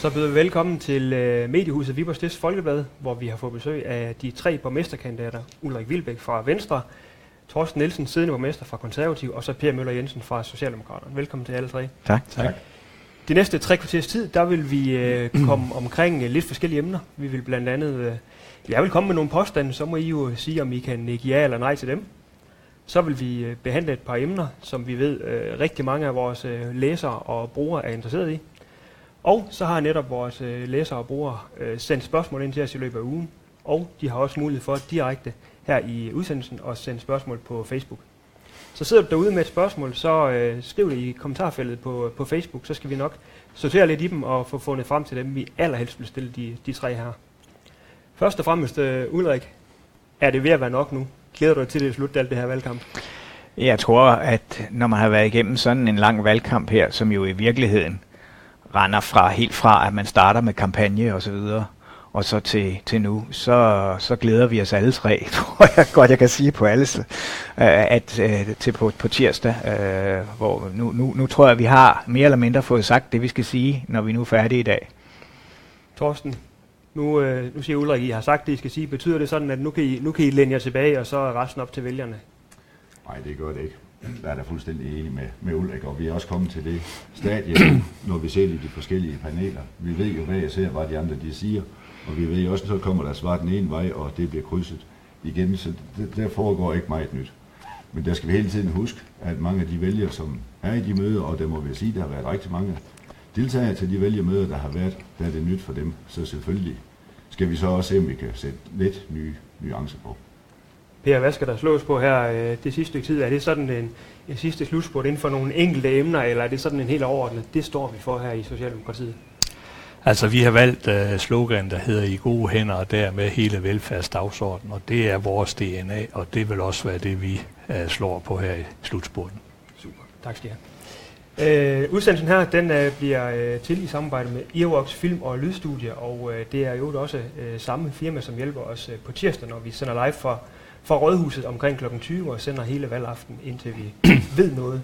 Så byder vi velkommen til Mediehuset Viborg Stifts Folkeblad, hvor vi har fået besøg af de 3 borgmesterkandidater. Ulrik Wilbek fra Venstre, Torsten Nielsen, siddende borgmester fra Konservativ, og så Per Møller Jensen fra Socialdemokraterne. Velkommen til alle 3. Tak. De næste 3 kvarters tid, der vil vi komme omkring lidt forskellige emner. Vi vil blandt andet, jeg vil komme med nogle påstande, så må I jo sige, om I kan nikke ja eller nej til dem. Så vil vi behandle et par emner, som vi ved rigtig mange af vores læsere og brugere er interesseret i. Og så har netop vores læsere og brugere sendt spørgsmål ind til os i løbet af ugen. Og de har også mulighed for direkte her i udsendelsen at sende spørgsmål på Facebook. Så sidder du derude med et spørgsmål, så skriv det i kommentarfeltet på Facebook. Så skal vi nok sortere lidt i dem og få fundet frem til dem, vi allerhelst vil stille de 3 her. Først og fremmest, Ulrik, er det ved at være nok nu? Glæder du dig til det slut alt det her valgkamp? Jeg tror, at når man har været igennem sådan en lang valgkamp her, som jo i virkeligheden render helt fra, at man starter med kampagne og så videre, og så til nu, så glæder vi os alle 3, tror jeg godt, jeg kan sige på alles, til på tirsdag, hvor nu tror jeg, at vi har mere eller mindre fået sagt det, vi skal sige, når vi nu er færdige i dag. Torsten, nu siger Ulrik, I har sagt det, I skal sige. Betyder det sådan, at nu kan I læne jer tilbage, og så er resten op til vælgerne? Nej, det gør det ikke. Der er da fuldstændig enig med Ulrik, og vi er også kommet til det stadie, når vi ser i de forskellige paneler. Vi ved jo, hvad jeg ser, hvad de andre de siger, og vi ved jo også, så kommer der svar den ene vej, og det bliver krydset igen, så der foregår ikke meget nyt. Men der skal vi hele tiden huske, at mange af de vælgere, som er i de møder, og der må vi sige, der har været rigtig mange deltagere til de vælgermøder, der har været, der er det nyt for dem. Så selvfølgelig skal vi så også se, om vi kan sætte lidt nye nuancer på. Per, hvad skal der slås på her det sidste stykke tid? Er det sådan en sidste slutspurt inden for nogle enkelte emner, eller er det sådan en helt overordnet? Det står vi for her i Socialdemokratiet. Altså, vi har valgt slogan, der hedder i gode hænder, og dermed hele velfærdsdagsordenen, og det er vores DNA, og det vil også være det, vi slår på her i slutspurten. Super, tak skal I have. Udsendelsen her, den bliver til i samarbejde med Earwox Film- og Lydstudie, og det er jo også samme firma, som hjælper os på tirsdag, når vi sender live fra Rådhuset omkring kl. 20 og sender hele valgaften, indtil vi ved noget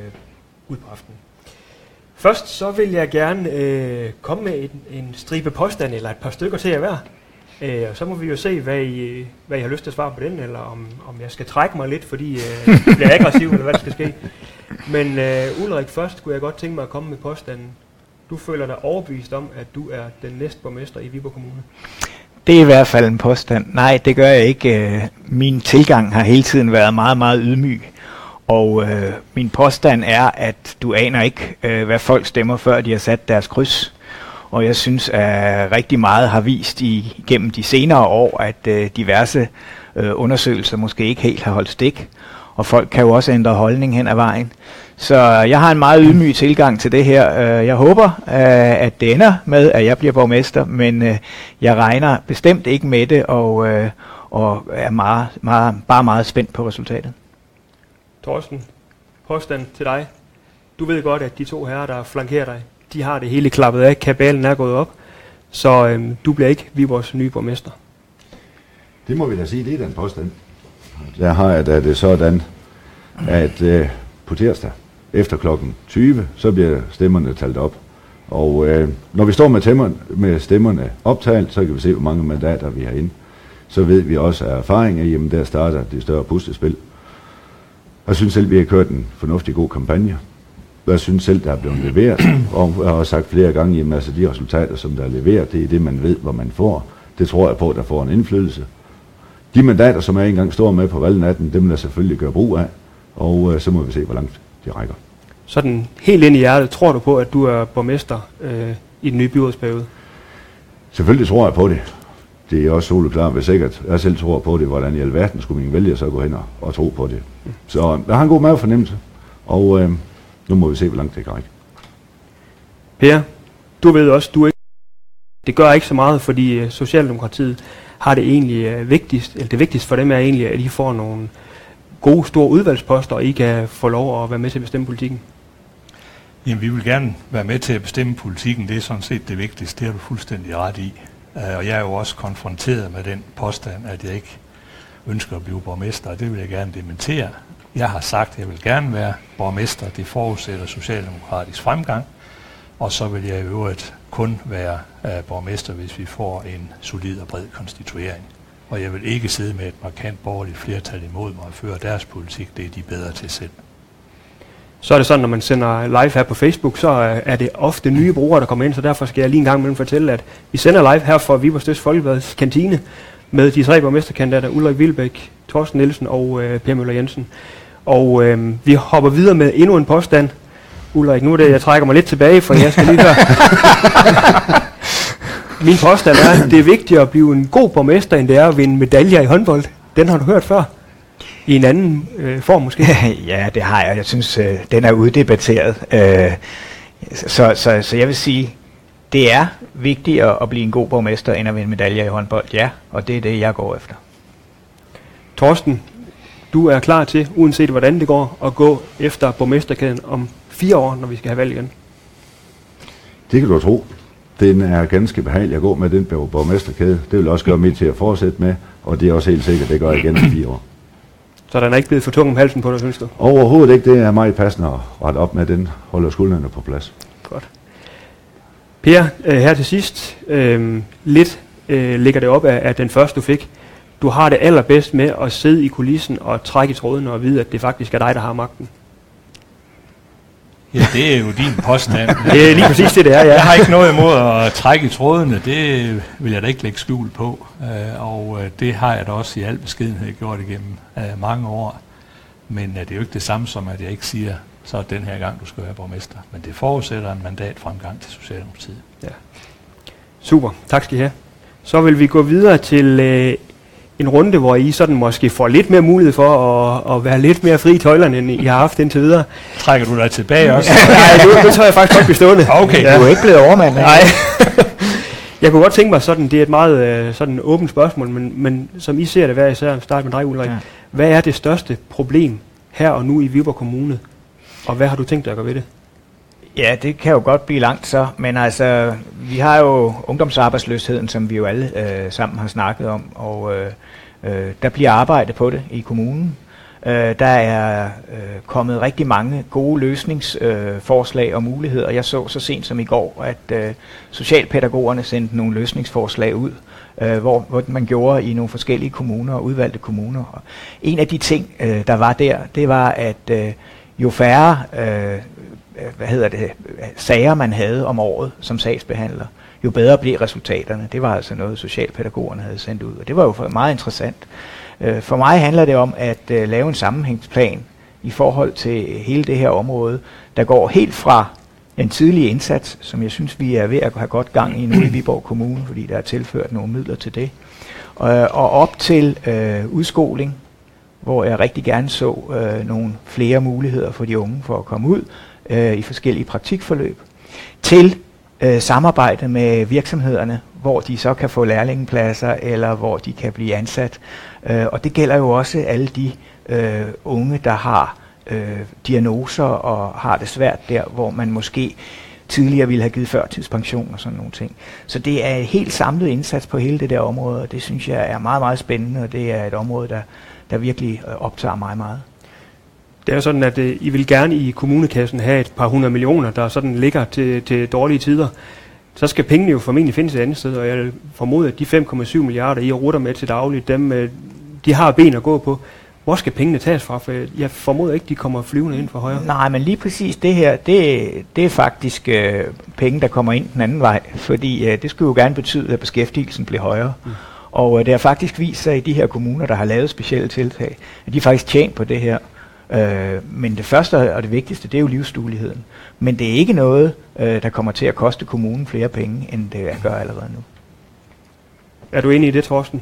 ud på aftenen. Først så vil jeg gerne komme med en stribe påstand eller et par stykker til jer hver. Og så må vi jo se, hvad I har lyst til at svare på den, eller om jeg skal trække mig lidt, fordi jeg bliver aggressiv, eller hvad der skal ske. Men Ulrik, først skulle jeg godt tænke mig at komme med påstanden. Du føler dig overbevist om, at du er den næste borgmester i Viborg Kommune? Det er i hvert fald en påstand. Nej, det gør jeg ikke. Min tilgang har hele tiden været meget, meget ydmyg. Og min påstand er, at du aner ikke, hvad folk stemmer, før de har sat deres kryds. Og jeg synes, at rigtig meget har vist igennem de senere år, at diverse undersøgelser måske ikke helt har holdt stik. Og folk kan jo også ændre holdning hen ad vejen. Så jeg har en meget ydmyg tilgang til det her. Jeg håber, at det ender med, at jeg bliver borgmester, men jeg regner bestemt ikke med det, og er bare meget spændt på resultatet. Torsten, påstand til dig. Du ved godt, at de 2 herrer, der flankerer dig, de har det hele klappet af. Kabalen er gået op, så du bliver ikke Viborgs nye borgmester. Det må vi da sige, det er den påstand. Der har jeg da det sådan, at på tirsdag efter klokken 20, så bliver stemmerne talt op. Og når vi står med stemmerne optalt, så kan vi se, hvor mange mandater vi har inde. Så ved vi også af erfaring, at jamen, der starter det større puslespil. Jeg synes selv, vi har kørt en fornuftig god kampagne. Jeg synes selv, der er blevet leveret. Og jeg har også sagt flere gange, jamen, altså de resultater, som der er leveret, det er det, man ved, hvor man får. Det tror jeg på, der får en indflydelse. De mandater, som jeg engang står med på valgnatten, dem vil jeg selvfølgelig gøre brug af. Og så må vi se, hvor langt de rækker. Sådan helt ind i hjertet, tror du på, at du er borgmester i den nye byrådsperiode? Selvfølgelig tror jeg på det. Det er også soleklart ved sikkert. Jeg selv tror på det, hvordan i alverden skulle mine vælgere så gå hen og tro på det. Så jeg har en god mavefornemmelse, og nu må vi se, hvor langt det rækker. Per, du ved også, det gør ikke så meget, fordi Socialdemokratiet har det egentlig det vigtigste for dem er egentlig, at I får nogle gode, store udvalgsposter, og I kan få lov at være med til at bestemme politikken. Jamen, vi vil gerne være med til at bestemme politikken. Det er sådan set det vigtigste. Det har du fuldstændig ret i. Og jeg er jo også konfronteret med den påstand, at jeg ikke ønsker at blive borgmester, og det vil jeg gerne dementere. Jeg har sagt, at jeg vil gerne være borgmester. Det forudsætter socialdemokratisk fremgang. Og så vil jeg i øvrigt kun være borgmester, hvis vi får en solid og bred konstituering. Og jeg vil ikke sidde med et markant borgerligt flertal imod mig og føre deres politik. Det er de bedre til selv. Så er det sådan, når man sender live her på Facebook, så er det ofte nye brugere, der kommer ind, så derfor skal jeg lige en gang imellem fortælle, at vi sender live her fra Viborg Støds Folkebladets kantine med de 3 borgmesterkandidater, Ulrik Wilbæk, Torsten Nielsen og Per Møller Jensen. Og vi hopper videre med endnu en påstand. Ulrik, nu er det, jeg trækker mig lidt tilbage, for jeg skal lige høre. Min påstand er, at det er vigtigere at blive en god borgmester, end det er at vinde medaljer i håndbold. Den har du hørt før. I en anden form måske? Ja, det har jeg. Jeg synes, den er uddebatteret. Så jeg vil sige, det er vigtigere at blive en god borgmester, end at vinde medaljer i håndbold. Ja, og det er det, jeg går efter. Torsten, du er klar til, uanset hvordan det går, at gå efter borgmesterkæden om 4 år, når vi skal have valg igen? Det kan du tro. Den er ganske behagelig at gå med den borgmesterkæde. Det vil også gøre mig til at fortsætte med, og det er også helt sikkert, det gør jeg igen om 4 år. Så den er ikke blevet for tung om halsen på dig, synes du? Overhovedet ikke. Det er meget passende at rette op med, den holder skuldrene på plads. Godt. Per, her til sidst, lidt ligger det op af den første, du fik. Du har det allerbedst med at sidde i kulissen og trække i trådene og vide, at det faktisk er dig, der har magten. Ja, det er jo din påstand. Det er lige præcis det, det er, ja. Jeg har ikke noget imod at trække i trådene, det vil jeg da ikke lægge skjul på. Og det har jeg da også i al beskedenhed gjort igennem mange år. Men det er jo ikke det samme som, at jeg ikke siger, så den her gang, du skal være borgmester. Men det forudsætter en mandatfremgang til Socialdemokratiet. Ja. Super, tak skal I have. Så vil vi gå videre til en runde, hvor I sådan måske får lidt mere mulighed for at være lidt mere fri i tøjlerne, end I har haft indtil videre. Trækker du dig tilbage også? Nej, det tror jeg faktisk godt blive stående. Okay, ja. Du er ikke blevet overmand. Nej. Jeg kunne godt tænke mig sådan, det er et meget sådan åbent spørgsmål, men som I ser det hver især, start med dig, Ulrik. Ja. Hvad er det største problem her og nu i Viborg Kommune, og hvad har du tænkt dig at gøre ved det? Ja, det kan jo godt blive langt så, men altså, vi har jo ungdomsarbejdsløsheden, som vi jo alle sammen har snakket om, og der bliver arbejdet på det i kommunen. Der er kommet rigtig mange gode løsningsforslag og muligheder. Jeg så sent som i går, at socialpædagogerne sendte nogle løsningsforslag ud, hvor man gjorde i nogle forskellige kommuner og udvalgte kommuner. Og en af de ting, der var der, det var, at jo færre sager man havde om året som sagsbehandler, jo bedre blev resultaterne. Det var altså noget, socialpædagogerne havde sendt ud, og det var jo meget interessant. For mig handler det om at lave en sammenhængsplan i forhold til hele det her område, der går helt fra en tidlig indsats, som jeg synes, vi er ved at have godt gang i nu i Viborg Kommune, fordi der er tilført nogle midler til det, og op til udskoling, hvor jeg rigtig gerne så nogle flere muligheder for de unge for at komme ud i forskellige praktikforløb, til samarbejde med virksomhederne, hvor de så kan få lærlingepladser, eller hvor de kan blive ansat. Og det gælder jo også alle de unge, der har diagnoser og har det svært der, hvor man måske tidligere ville have givet førtidspension og sådan nogle ting. Så det er en helt samlet indsats på hele det der område, og det synes jeg er meget, meget spændende, og det er et område, der virkelig optager mig meget. Det er sådan, at I vil gerne i kommunekassen have et par 100 millioner, der sådan ligger til dårlige tider. Så skal pengene jo formentlig findes et andet sted, og jeg formoder, at de 5,7 milliarder, I rutter med til dagligt, dem, de har ben at gå på. Hvor skal pengene tages fra? For jeg formoder ikke, de kommer flyvende ind fra højre. Nej, men lige præcis det her, det er faktisk penge, der kommer ind den anden vej, fordi det skulle jo gerne betyde, at beskæftigelsen bliver højere. Og det har faktisk vist sig i de her kommuner, der har lavet specielle tiltag, at de faktisk tjent på det her. Men det første og det vigtigste, det er jo livsdueligheden. Men det er ikke noget, der kommer til at koste kommunen flere penge, end det gør allerede nu. Er du enig i det, Torsten?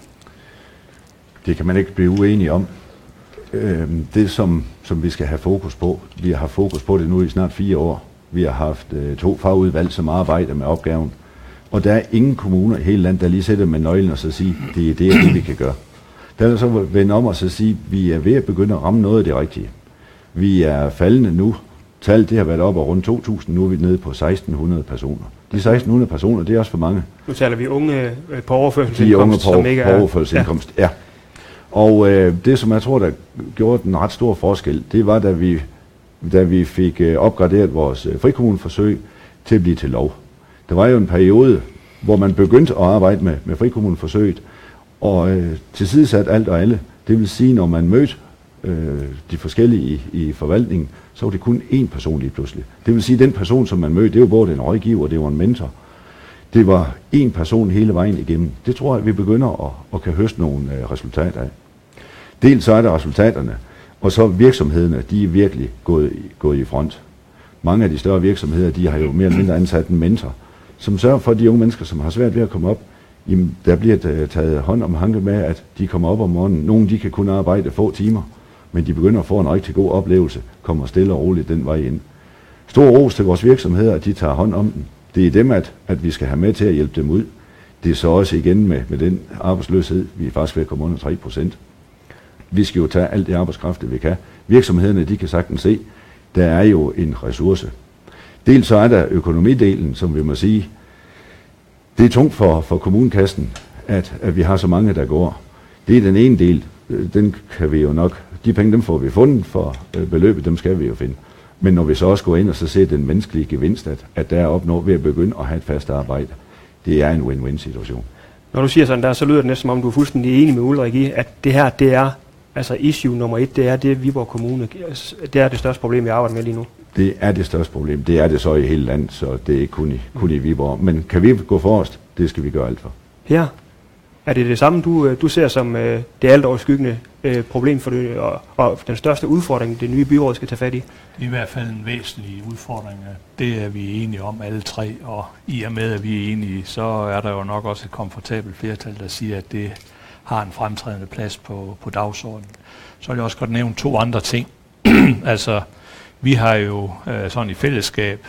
Det kan man ikke blive uenig om. Det, som vi skal have fokus på, vi har haft fokus på det nu i snart 4 år. Vi har haft 2 fagudvalg, som arbejder med opgaven. Og der er ingen kommuner i hele landet, der lige sætter med nøglen og så siger, det er det, vi kan gøre. Der er så vende om og så sige, vi er ved at begynde at ramme noget af det rigtige. Vi er faldende nu. Tallet det har været op og rundt 2.000, nu er vi nede på 1.600 personer. De 1.600 personer, det er også for mange. Nu taler vi unge på overførselsindkomst. De unge på overførselsindkomst, ja. Og det, som jeg tror, der gjorde den ret stor forskel, det var, da vi fik opgraderet vores frikommuneforsøg til at blive til lov. Der var jo en periode, hvor man begyndte at arbejde med frikommuneforsøget, og tilsidesat alt og alle. Det vil sige, når man mødte de forskellige i forvaltningen, så var det kun én person lige pludselig. Det vil sige, den person, som man mødte, det var både en rådgiver, det var en mentor. Det var én person hele vejen igennem. Det tror jeg, vi begynder at kan høste nogle resultater af. Dels så er der resultaterne, og så virksomhederne, de er virkelig gået i front. Mange af de større virksomheder, de har jo mere eller mindre ansat en mentor, som sørger for, at de unge mennesker, som har svært ved at komme op, jamen, der bliver taget hånd om hanke med, at de kommer op om morgenen. Nogle de kan kun arbejde få timer, men de begynder at få en rigtig god oplevelse, kommer stille og roligt den vej ind. Stor ros til vores virksomheder, at de tager hånd om dem. Det er dem, at vi skal have med til at hjælpe dem ud. Det er så også igen med den arbejdsløshed, vi er faktisk ved at komme under 3%. Vi skal jo tage alt det arbejdskraft, det vi kan. Virksomhederne, de kan sagtens se, der er jo en ressource. Dels så er der økonomidelen, som vi må sige, det er tungt for kommunekassen, at vi har så mange, der går. Det er den ene del, den kan vi jo nok, de penge, dem får vi fundet for beløbet, dem skal vi jo finde. Men når vi så også går ind og så ser den menneskelige gevinst, at der er opnået ved at begynde at have et fast arbejde, det er en win-win situation. Når du siger sådan der, så lyder det næsten som om, du er fuldstændig enig med Ulrik i, at det her, det er, altså issue nummer 1, det er det Viborg Kommune, det er det største problem, vi arbejder med lige nu. Det er det største problem. Det er det så i hele landet, så det er ikke kun i Viborg. Men kan vi gå forrest? Det skal vi gøre alt for. Her. Er det det samme, du ser som det alt overskyggende problem for det, og den største udfordring, det nye byråd skal tage fat i? I hvert fald en væsentlig udfordring. Det er vi enige om alle tre, og i og med, at vi er enige, så er der jo nok også et komfortabelt flertal, der siger, at det har en fremtrædende plads på dagsordenen. Så vil jeg også godt nævne 2 andre ting. Altså, vi har jo sådan i fællesskab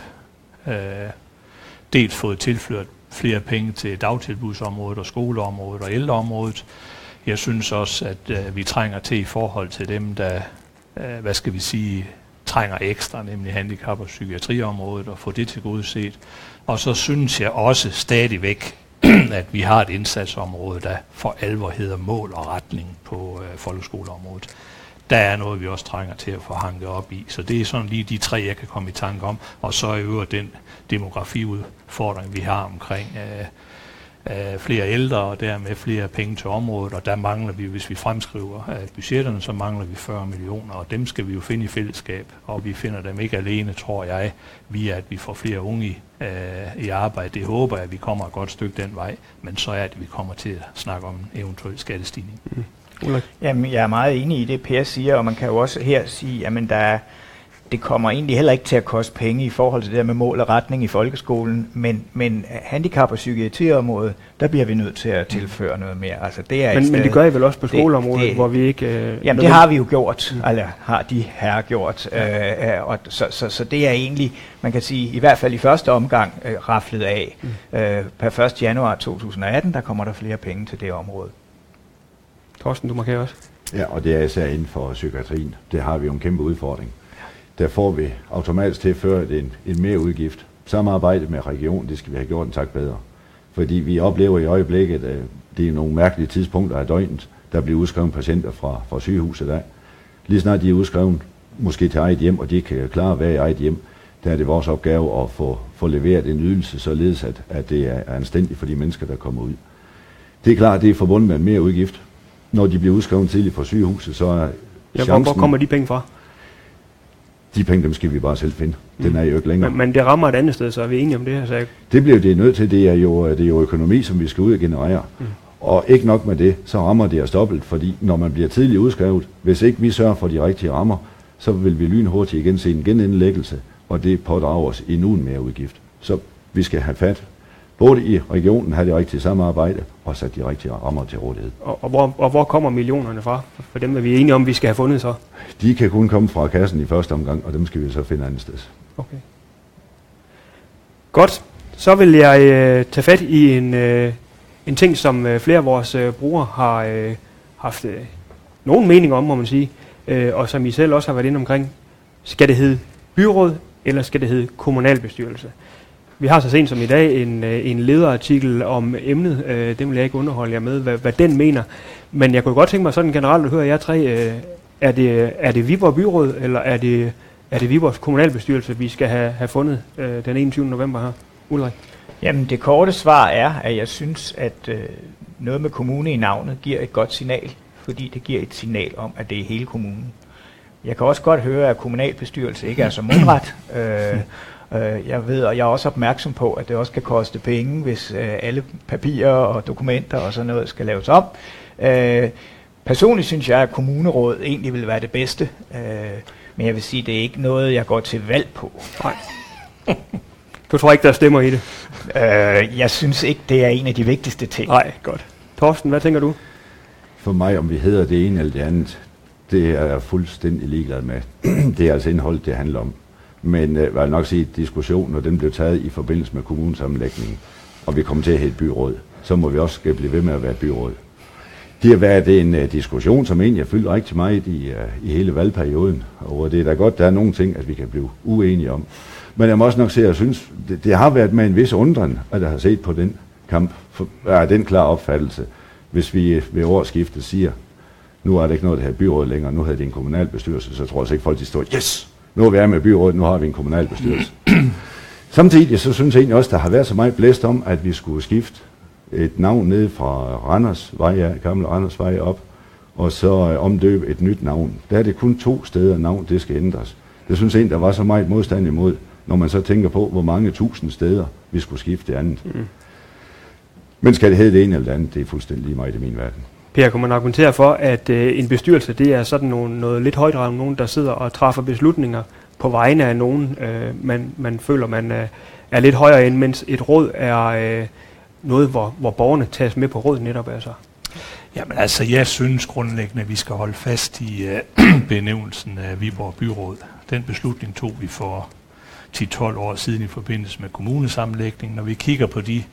dels fået tilført flere penge til dagtilbudsområdet og skoleområdet og ældreområdet. Jeg synes også, at vi trænger til i forhold til dem, der, trænger ekstra, nemlig handicap- og psykiatriområdet, og få det tilgodeset. Og så synes jeg også stadigvæk, at vi har et indsatsområde, der for alvor hedder mål og retning på folkeskoleområdet. Der er noget, vi også trænger til at få hanket op i. Så det er sådan lige de 3, jeg kan komme i tanke om. Og så i øvrigt den demografiudfordring, vi har omkring flere ældre og dermed flere penge til området. Og der mangler vi, hvis vi fremskriver budgetterne, så mangler vi 40 millioner. Og dem skal vi jo finde i fællesskab. Og vi finder dem ikke alene, tror jeg, via at vi får flere unge i arbejde. Det håber jeg, at vi kommer et godt stykke den vej. Men så er det, at vi kommer til at snakke om en eventuel skattestigning. Mm. Jamen, jeg er meget enig i det, Per siger, og man kan jo også her sige, at det kommer egentlig heller ikke til at koste penge i forhold til det der med mål og retning i folkeskolen, men handicap- og psykiatriområdet, der bliver vi nødt til at tilføre noget mere. Altså, det er men det gør I vel også på skoleområdet, hvor vi ikke... Jamen, det har vi jo gjort, eller har de her gjort, og så det er egentlig, man kan sige, i hvert fald i første omgang raflet af. Per 1. januar 2018, der kommer der flere penge til det område. Torsten, du markerer også. Ja, og det er især inden for psykiatrien. Det har vi jo en kæmpe udfordring. Der får vi automatisk tilført en mere udgift. Samarbejde med regionen, det skal vi have gjort en tak bedre. Fordi vi oplever i øjeblikket, at det er nogle mærkelige tidspunkter af døgnet, der bliver udskrevet patienter fra sygehuset af. Lige snart de er udskrevet, måske til eget hjem, og de kan klare at være i eget hjem, der er det vores opgave at få leveret en ydelse, således at det er anstændigt for de mennesker, der kommer ud. Det er klart, at det er forbundet med en mere udgift. Når de bliver udskrevet tidligt fra sygehuset, så er chancen... Hvor kommer de penge fra? De penge, dem skal vi bare selv finde. Den er jo ikke længere. Men det rammer et andet sted, så er vi enige om det her sag? Det bliver det nødt til. Det er jo økonomi, som vi skal ud og generere. Og ikke nok med det, så rammer det os dobbelt, fordi når man bliver tidligt udskrevet, hvis ikke vi sørger for de rigtige rammer, så vil vi lynhurtigt igen se en genindlæggelse, og det pådrager os endnu en mere udgift. Så vi skal have fat både i regionen, have det rigtige samarbejde og sætte de rigtige rammer til rådighed. Og hvor kommer millionerne fra? For dem er vi enige om, vi skal have fundet så? De kan kun komme fra kassen i første omgang, og dem skal vi så finde andet sted. Okay. Godt. Så vil jeg tage fat i en ting, som flere af vores brugere har haft nogen mening om, må man sige, og som I selv også har været inde omkring. Skal det hedde byråd, eller skal det hedde kommunalbestyrelse? Vi har så sent som i dag en lederartikel om emnet. Det vil jeg ikke underholde jer med, hvad den mener. Men jeg kunne godt tænke mig sådan generelt at høre jer tre. Er det Viborg Byråd, eller er det Viborgs kommunalbestyrelse, vi skal have fundet den 21. november her? Ulrik? Jamen det korte svar er, at jeg synes, at noget med kommune i navnet giver et godt signal, fordi det giver et signal om, at det er hele kommunen. Jeg kan også godt høre, at kommunalbestyrelse ikke er så mundret. Jeg ved, og jeg er også opmærksom på, at det også kan koste penge, hvis alle papirer og dokumenter og sådan noget skal laves om. Personligt synes jeg, at kommuneråd egentlig vil være det bedste, men jeg vil sige, at det er ikke noget, jeg går til valg på. Nej. Du tror ikke, der stemmer i det? Jeg synes ikke, det er en af de vigtigste ting. Nej, godt. Torsten, hvad tænker du? For mig, om vi hedder det ene eller det andet, det er jeg fuldstændig ligeglad med. Det er altså indholdet, det handler om. Men jeg vil nok sige, at diskussionen, når den blev taget i forbindelse med kommunesammenlægningen, og vi kommer til at have et byråd, så må vi også blive ved med at være byråd. Det har været en diskussion, som egentlig har fyldt rigtig meget i hele valgperioden, og det er da godt, der er nogle ting, at vi kan blive uenige om. Men jeg må også nok sige, at jeg synes, det har været med en vis undren, at jeg har set på den kamp, den klare opfattelse, hvis vi ved årsskiftet siger, nu er det ikke noget, der her byråd længere, nu havde det en kommunalbestyrelse, så tror jeg ikke folk, de står, yes, nu er vi med byrådet, nu har vi en kommunalbestyrelse. Samtidig så synes jeg egentlig også, der har været så meget blæst om, at vi skulle skifte et navn ned fra Randersvej, gamle Randersvej op, og så omdøbe et nyt navn. Der er det kun 2 steder navn, det skal ændres. Det synes jeg egentlig, der var så meget modstand imod, når man så tænker på, hvor mange tusind steder vi skulle skifte det andet. Men skal det hedde det ene eller det andet, det er fuldstændig lige meget i min verden. Per, kunne man argumentere for, at en bestyrelse, det er sådan noget lidt højdragende, nogen, der sidder og træffer beslutninger på vegne af nogen, man føler, man er lidt højere end, mens et råd er noget, hvor borgerne tages med på råd netop altså? Jamen altså, jeg synes grundlæggende, at vi skal holde fast i benævnelsen af Viborg Byråd. Den beslutning tog vi for 10-12 år siden i forbindelse med kommunesammenlægningen. Når vi kigger på de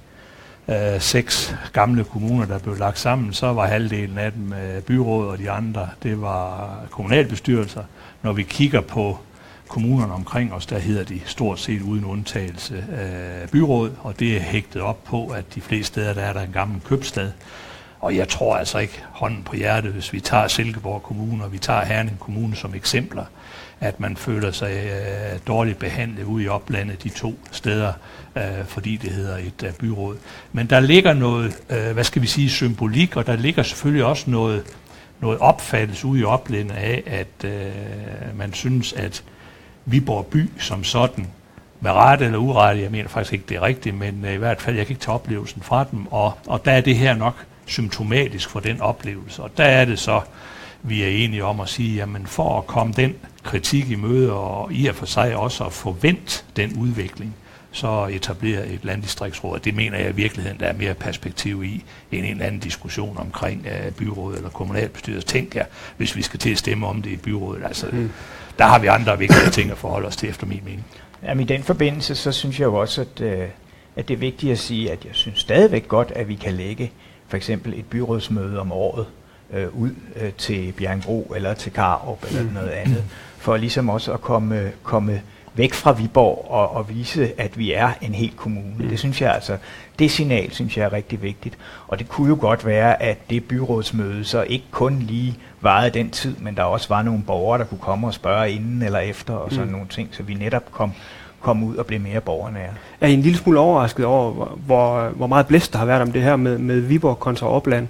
6 gamle kommuner, der blev lagt sammen, så var halvdelen af dem byråd, og de andre, det var kommunalbestyrelser. Når vi kigger på kommunerne omkring os, der hedder de stort set uden undtagelse byråd, og det er hægtet op på, at de fleste steder, der er der en gammel købstad. Og jeg tror altså ikke hånden på hjertet, hvis vi tager Silkeborg Kommune, og vi tager Herning Kommune som eksempler, at man føler sig dårligt behandlet ude i oplandet de 2 steder, fordi det hedder et byråd. Men der ligger noget, symbolik, og der ligger selvfølgelig også noget opfattelse ude i oplandet af, at man synes, at Viborg by som sådan, med ret eller uret, jeg mener faktisk ikke, det er rigtigt, men i hvert fald, jeg kan ikke tage oplevelsen fra dem, og der er det her nok symptomatisk for den oplevelse, og der er det så, vi er enige om at sige, jamen for at komme den kritik i møde, og i og for sig også at forvente den udvikling, så etablere et landdistriktsråd. Det mener jeg i virkeligheden, der er mere perspektiv i, end en eller anden diskussion omkring byrådet eller kommunalbestyrelse. Tænk jer, hvis vi skal til at stemme om det i byrådet. Altså, der har vi andre vigtige ting at forholde os til, efter min mening. Jamen, i den forbindelse, så synes jeg jo også, at det er vigtigt at sige, at jeg synes stadigvæk godt, at vi kan lægge for eksempel et byrådsmøde om året ud til Bjerringbro eller til Karup eller noget andet, for ligesom også at komme væk fra Viborg og vise, at vi er en hel kommune. Det synes jeg altså, det signal synes jeg er rigtig vigtigt. Og det kunne jo godt være, at det byrådsmøde så ikke kun lige varede den tid, men der også var nogle borgere, der kunne komme og spørge inden eller efter og sådan nogle ting, så vi netop kom ud og blev mere borgernære. Er I en lille smule overrasket over, hvor meget blæst der har været om det her med Viborg kontra Opland?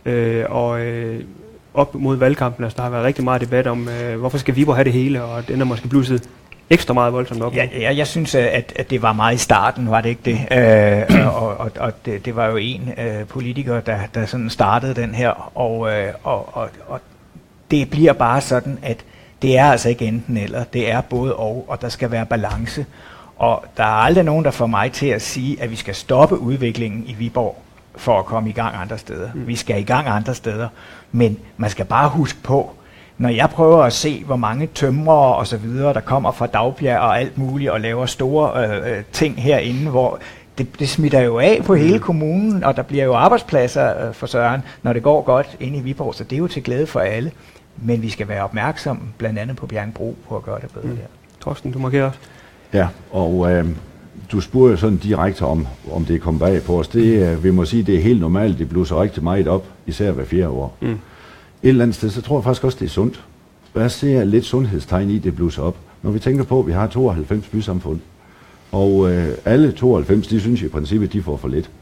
Op mod valgkampen, altså der har været rigtig meget debat om, hvorfor skal Viborg have det hele, og den er måske blusset ekstra meget voldsomt op. Ja, jeg synes, at det var meget i starten, var det ikke det? Og det var jo en politiker, der sådan startede den her, og det bliver bare sådan, at det er altså ikke enten eller, det er både og der skal være balance. Og der er aldrig nogen, der får mig til at sige, at vi skal stoppe udviklingen i Viborg for at komme i gang andre steder. Vi skal i gang andre steder, men man skal bare huske på, når jeg prøver at se, hvor mange tømrere og så videre, der kommer fra Dagbjerg og alt muligt og laver store ting herinde, hvor det smitter jo af på hele kommunen, og der bliver jo arbejdspladser for Søren, når det går godt inde i Viborg, så det er jo til glæde for alle. Men vi skal være opmærksomme, blandt andet på Bjerringbro, på at gøre det bedre der. Torsten, du markerer også. Ja, og du spurgte jo sådan direkte om det kom bag på os. Vi må sige, det er helt normalt, det blusser rigtig meget op, især hver 4. år. Et eller andet sted, så tror jeg faktisk også, det er sundt. Jeg ser lidt sundhedstegn i, det blusser op. Når vi tænker på, at vi har 92 bysamfund, Og alle 92, de synes i princippet, de får for lidt.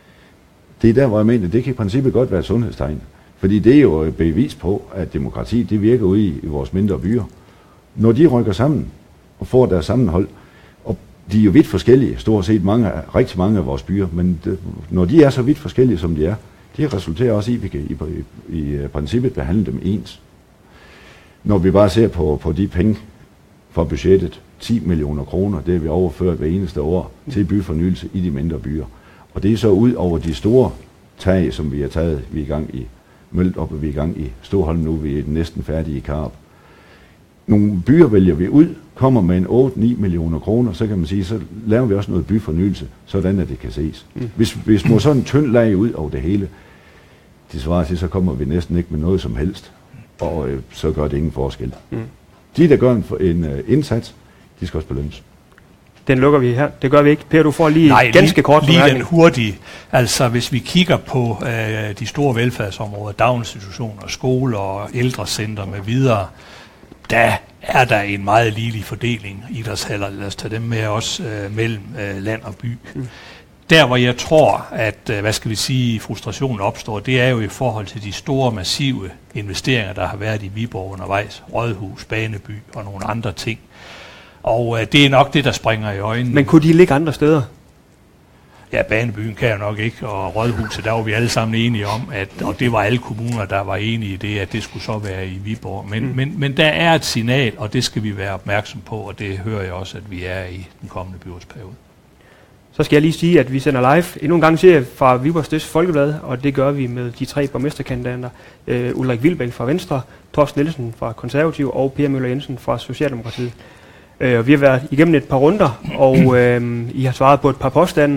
Det er der, hvor jeg mener, det kan i princippet godt være et sundhedstegn. Fordi det er jo et bevis på, at demokrati, det virker ude i vores mindre byer. Når de rykker sammen og får deres sammenhold, og de er jo vidt forskellige, stort set rigtig mange af vores byer, men når de er så vidt forskellige, som de er, det resulterer også i, at vi kan i princippet behandle dem ens. Når vi bare ser på de penge fra budgettet, 10 millioner kroner, det er vi overført hver eneste år til byfornyelse i de mindre byer. Og det er så ud over de store tag, som vi har taget. Vi er i gang i Møldrup, og vi er i gang i Storholm nu, vi er næsten færdige i Karup. Nogle byer vælger vi ud, kommer med en 8-9 millioner kroner, så kan man sige, så laver vi også noget byfornyelse, sådan at det kan ses. Hvis må sådan en tynd lag ud over det hele, det svarer til, så kommer vi næsten ikke med noget som helst, og så gør det ingen forskel. De, der gør en indsats, de skal også belønnes. Den lukker vi her. Det gør vi ikke. Per, du får lige ganske kort lige den hurtige. Altså, hvis vi kigger på de store velfærdsområder, daginstitutioner, skoler og ældrecenter med videre, der er der en meget ligelig fordeling i idrætshaller. Lad os tage dem med også mellem land og by. Der, hvor jeg tror, at frustrationen opstår, det er jo i forhold til de store, massive investeringer, der har været i Viborg undervejs. Rådhus, Baneby og nogle andre ting. Og det er nok det, der springer i øjnene. Men kunne de ligge andre steder? Ja, Banebyen kan jeg nok ikke, og Rådhuset, der var vi alle sammen enige om, og det var alle kommuner, der var enige i det, at det skulle så være i Viborg. Men der er et signal, og det skal vi være opmærksom på, og det hører jeg også, at vi er i den kommende byrådsperiode. Så skal jeg lige sige, at vi sender live endnu en gang fra Viborg Stifts Folkeblad, og det gør vi med de 3 borgmesterkandidater, Ulrik Wilbæk fra Venstre, Torsten Nielsen fra Konservative og Per Møller Jensen fra Socialdemokratiet. Vi har været igennem et par runder, og I har svaret på et par påstande.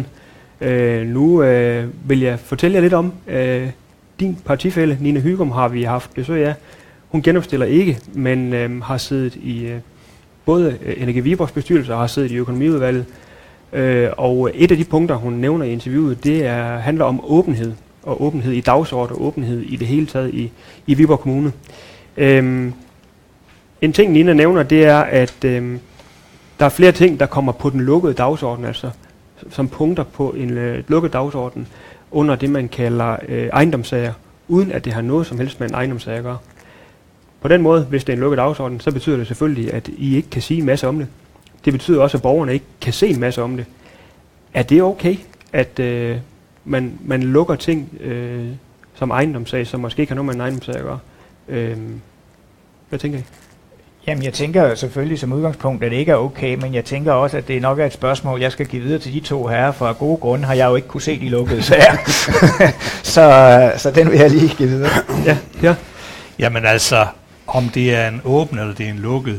Nu vil jeg fortælle jer lidt om din partifælle, Nina Hygum, har vi haft besøg af. Hun genopstiller ikke, men har siddet i både Energi Viborgs bestyrelse og har siddet i økonomiudvalget. Og et af de punkter, hun nævner i interviewet, det handler om åbenhed, og åbenhed i dagsorden, og åbenhed i det hele taget i Viborg Kommune. En ting, Nina nævner, det er, at der er flere ting, der kommer på den lukkede dagsorden, altså som punkter på en lukket dagsorden, under det, man kalder ejendomssager, uden at det har noget som helst med en ejendomssag at gøre. På den måde, hvis det er en lukket dagsorden, så betyder det selvfølgelig, at I ikke kan sige en masse om det. Det betyder også, at borgerne ikke kan se en masse om det. Er det okay, at man lukker ting som ejendomssag, som måske ikke har noget med en ejendomssag at gøre? Hvad tænker I? Jamen, jeg tænker selvfølgelig som udgangspunkt, at det ikke er okay, men jeg tænker også, at det nok er et spørgsmål, jeg skal give videre til de 2 herrer, for af gode grunde har jeg jo ikke kunne se de lukkede sager. så den vil jeg lige give videre. Ja. Jamen altså, om det er en åben eller det er en lukket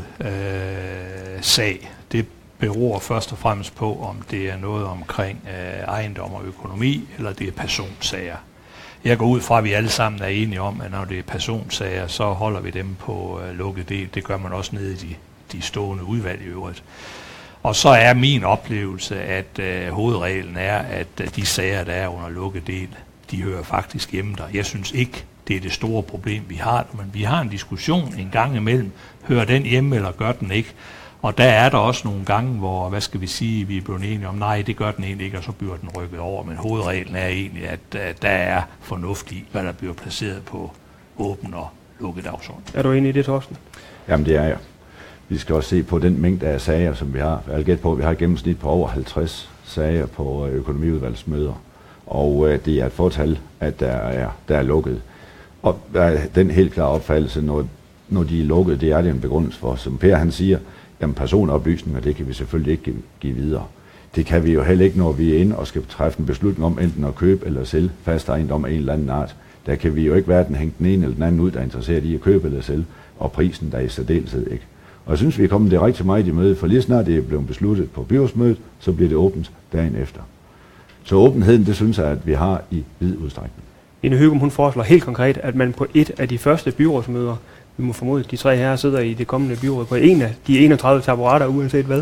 sag, det beror først og fremmest på, om det er noget omkring ejendom og økonomi, eller det er personsager. Jeg går ud fra, at vi alle sammen er enige om, at når det er personsager, så holder vi dem på lukket del. Det gør man også nede i de stående udvalg i øvrigt. Og så er min oplevelse, at hovedreglen er, at de sager, der er under lukket del, de hører faktisk hjemme der. Jeg synes ikke, det er det store problem, vi har. Men vi har en diskussion en gang imellem. Hører den hjemme, eller gør den ikke? Og der er der også nogle gange, hvor, vi er blevet enige om, nej, det gør den egentlig ikke, og så bliver den rykket over. Men hovedreglen er egentlig, at der er fornuft i, hvad der bliver placeret på åben og lukket dagsorden. Er du enig i det, Torsten? Jamen, det er jeg. Vi skal også se på den mængde af sager, som vi har. Jeg gætter på, at vi har et gennemsnit på over 50 sager på økonomiudvalgsmøder. Og det er et fortal, at der er lukket. Og der er den helt klare opfattelse, når de er lukket, det er det en begrundelse for. Som Per han siger, jamen personoplysninger, det kan vi selvfølgelig ikke give videre. Det kan vi jo heller ikke, når vi er inde og skal træffe en beslutning om enten at købe eller sælge fast ejendom af en eller anden art. Der kan vi jo ikke hverken hænge den ene eller den anden ud, der er interesseret i at købe eller sælge, og prisen der er i særdeleshed ikke. Og jeg synes, vi er kommet det rigtig meget i møde, for lige snart det er blevet besluttet på byrådsmødet, så bliver det åbent dagen efter. Så åbenheden, det synes jeg, at vi har i vid udstrækning. Nina Hygum, hun foreslår helt konkret, at man på et af de første byrådsmøder, vi må formode, de 3 herrer sidder i det kommende byråd, på en af de 31 taburetter, uanset hvad,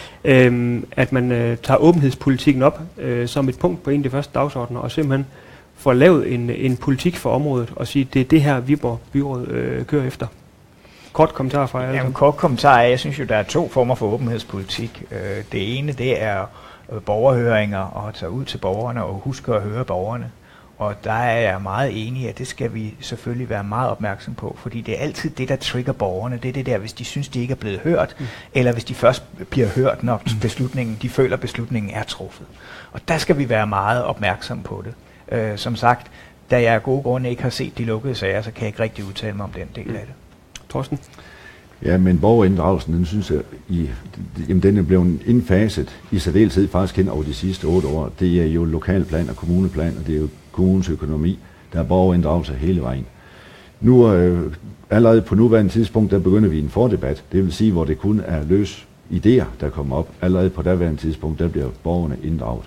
at man tager åbenhedspolitikken op som et punkt på en af de første dagsordner, og simpelthen får lavet en politik for området, og sige, det er det her, Viborg Byråd kører efter. kort kommentar fra jer. Jamen, kort kommentar er, jeg synes jo, der er 2 former for åbenhedspolitik. Det ene, det er borgerhøringer og tage ud til borgerne og huske at høre borgerne. Og der er jeg meget enig i, at det skal vi selvfølgelig være meget opmærksom på, fordi det er altid det, der trigger borgerne. Det er det der, hvis de synes, de ikke er blevet hørt, eller hvis de først bliver hørt, når de føler, beslutningen er truffet. Og der skal vi være meget opmærksom på det. Som sagt, da jeg af gode grunde ikke har set de lukkede sager, så kan jeg ikke rigtig udtale mig om den del af det. Torsten? Ja, men borgerinddragelsen, den synes jeg, den er blevet indfaset i særdeleshed faktisk hen over de sidste 8 år. Det er jo lokalplan og kommuneplan, og det er jo kommunens økonomi, der er borgerinddragelse hele vejen. Nu, allerede på nuværende tidspunkt, der begynder vi en fordebat. Det vil sige, hvor det kun er løs idéer, der kommer op. Allerede på daværende tidspunkt, der bliver borgerne inddraget.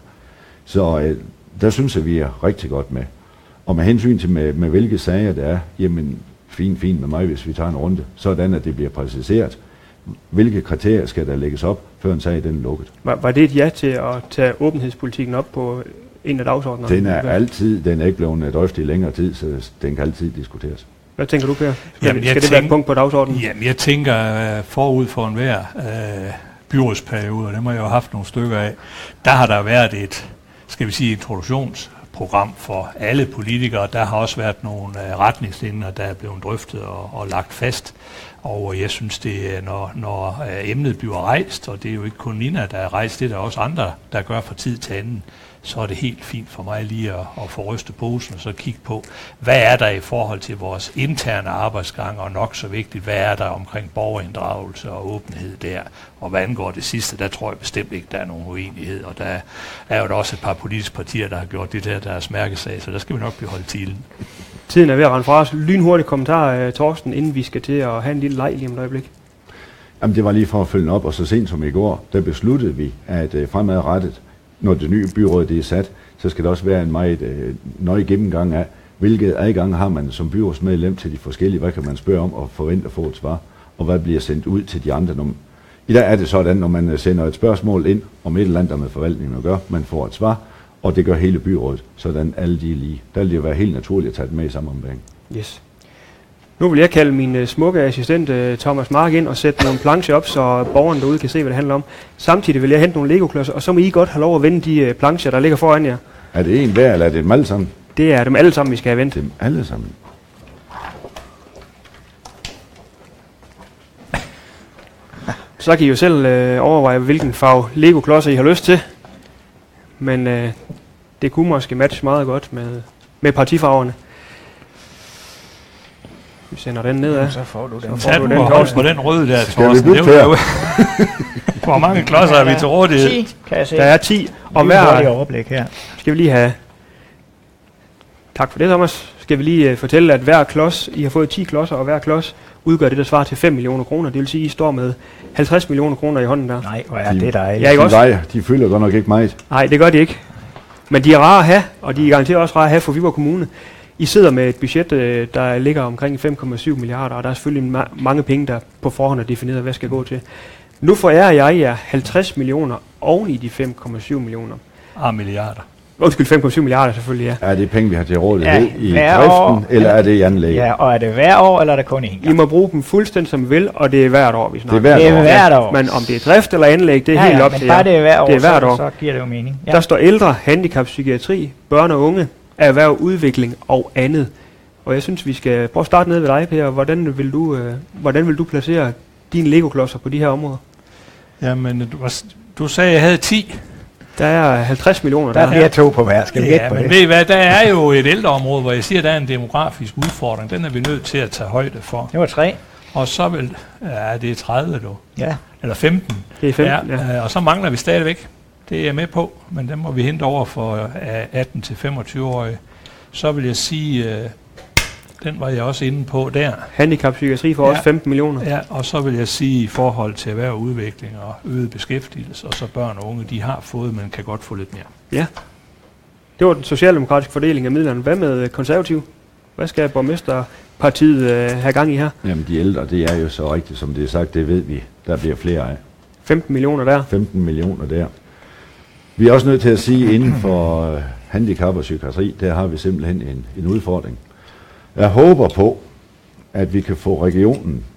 Så der synes jeg, vi er rigtig godt med. Og med hensyn til med hvilke sager det er, jamen fint med mig, hvis vi tager en runde, sådan at det bliver præciseret. Hvilke kriterier skal der lægges op, før en sag den er lukket? Var det et ja til at tage åbenhedspolitikken op på en af dagsordenerne? Den er ikke blevet drøftet i længere tid, så den kan altid diskuteres. Hvad tænker du, Per? Skal det være et punkt på dagsordenen? Jamen, jeg tænker forud for enhver byrådsperiode, og det må jeg jo have haft nogle stykker af, der har der været et, skal vi sige, introduktionsprogram for alle politikere. Der har også været nogle retningslinjer, der er blevet drøftet og lagt fast. Og jeg synes, det er, når emnet bliver rejst, og det er jo ikke kun Nina, der er rejst, det er der også andre, der gør fra tid til anden, så er det helt fint for mig lige at få rystet posen og så kigge på, hvad er der i forhold til vores interne arbejdsgang, og nok så vigtigt, hvad er der omkring borgerinddragelse og åbenhed der. Og hvad angår det sidste, der tror jeg bestemt ikke, der er nogen uenighed, og der er jo også et par politiske partier, der har gjort det der deres mærkesag, så der skal vi nok blive holdt til. Tiden er ved at rende fra os. Lynhurtig kommentar, Torsten, inden vi skal til at have en lille leg lige om et øjeblik. Jamen, det var lige for at følge op, og så sent som i går, der besluttede vi, at fremadrettet, når det nye byråd det er sat, så skal der også være en meget nøje gennemgang af, hvilket adgang har man som byrådsmedlem til de forskellige, hvad kan man spørge om og forvente at få et svar, og hvad bliver sendt ud til de andre. I dag er det sådan, når man sender et spørgsmål ind om et eller andet, der med forvaltningen at gøre, man får et svar, og det gør hele byrådet, sådan alle de er lige. Der vil det være helt naturligt at tage det med i samme ombæring. Yes. Nu vil jeg kalde min smukke assistent Thomas Mark ind og sætte nogle plancher op, så borgerne derude kan se, hvad det handler om. Samtidig vil jeg hente nogle Lego-klodser, og så må I godt have lov at vende de plancher, der ligger foran jer. Er det en hver, eller er det dem alle sammen? Det er dem alle sammen, vi skal have vendt. Dem alle sammen. Så kan I jo selv overveje, hvilken farve Lego-klodser I har lyst til. Men det kunne måske matche meget godt med partifarverne. Vi sender den nedad. Så får du den. Tag den på den røde der, Skal vi Torsten. bytte her? Hvor mange klodser er vi til rådighed? 10, kan jeg se. Der er 10, og hver overblik her. Skal vi lige have... Tak for det, Thomas. Skal vi lige fortælle, at hver klods, I har fået 10 klodser, og hver klods udgør det, der svarer til 5 millioner kroner. Det vil sige, at I står med 50 millioner kroner i hånden der. Nej, hvor er det dejligt. Ja, ikke også? De fylder godt nok ikke meget. Nej, det gør de ikke. Men de er rare at have, og de er garanteret også rare at have for Viborg Kommune. I sidder med et budget, der ligger omkring 5,7 milliarder, og der er selvfølgelig mange penge, der på forhånd er defineret, hvad skal gå til. Nu forærer jeg jer 50 millioner oven i de 5,7 millioner. Milliarder. Undskyld, 5,7 milliarder selvfølgelig, ja. Er det penge, vi har til rådighed i driften, eller er det i anlæg? Ja, og er det hver år, eller er det kun én gang? I må bruge dem fuldstændig som I vil, og det er hvert år, vi snakker. Det er hvert år. Men om det er drift eller anlæg, det er helt op til jer. Men bare det er hvert år, det er hvert år. Så giver det jo mening. Ja. Der står ældre, handicap, psykiatri, børn og unge, erhverv, udvikling og andet. Og jeg synes, vi skal prøve at starte ned ved dig, Per. Hvordan vil du placere dine Lego-klodser på de her områder? Jamen, du sagde, at jeg havde 10. Der er 50 millioner der. Der bliver 2 på hver. Skal vi gætte på det? Men ved I hvad, der er jo et ældreområde, hvor jeg siger, at der er en demografisk udfordring. Den er vi nødt til at tage højde for. Det var 3. Og så vil... Ja, det er 30 nu. Ja. Eller 15. Det er 15, ja. Og så mangler vi stadigvæk. Det er jeg med på, men den må vi hente over for 18 til 25-årige. Så vil jeg sige... Den var jeg også inde på der. Handicap, psykiatri for også 15 millioner. Ja, og så vil jeg sige i forhold til erhverv og udvikling og øget beskæftigelse, og så børn og unge, de har fået, men kan godt få lidt mere. Ja. Det var den socialdemokratiske fordeling af midlerne. Hvad med konservativ? Hvad skal borgmesterpartiet have gang i her? Jamen de ældre, det er jo så rigtigt, som det er sagt, det ved vi. Der bliver flere af. 15 millioner der. 15 millioner der. Vi er også nødt til at sige, inden for handicap og psykiatri, der har vi simpelthen en udfordring. Jeg håber på, at vi kan få regionen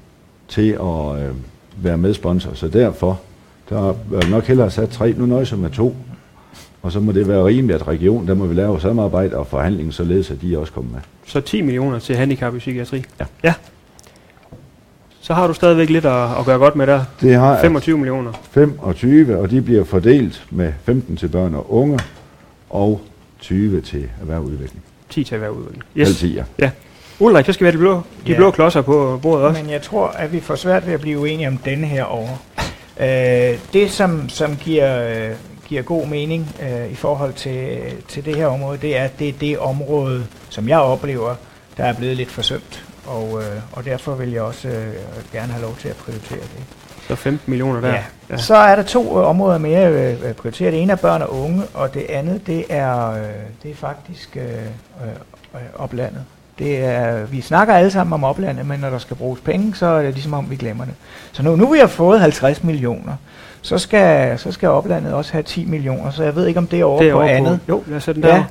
til at være medsponsor. Så derfor, der er nok hellere sat 3, nu nøjes med 2. Og så må det være rimeligt, at regionen, der må vi lave samarbejde og forhandling, således at de også kommer med. Så 10 millioner til handicap i psykiatri? Ja. Så har du stadigvæk lidt at gøre godt med der. Det har 25 millioner. 25, og de bliver fordelt med 15 til børn og unge, og 20 til erhvervsudvikling. 10 til erhvervsudvikling. Yes. Ja. Ulrik, så skal vi have de blå klodser på bordet også. Men jeg tror, at vi får svært ved at blive uenige om denne her over. Det, som giver god mening i forhold til det her område, det er det område, som jeg oplever, der er blevet lidt forsømt. Og derfor vil jeg også gerne have lov til at prioritere det. Så 15 millioner der. Ja. Så er der 2 områder mere prioriteret. Det ene er børn og unge, og det andet det er faktisk oplandet. Vi snakker alle sammen om oplandet, men når der skal bruges penge, så er det ligesom om vi glemmer det. Så nu vi har fået 50 millioner, så skal oplandet også have 10 millioner, så jeg ved ikke om det er over på andet. Jo, lad os sætte den der.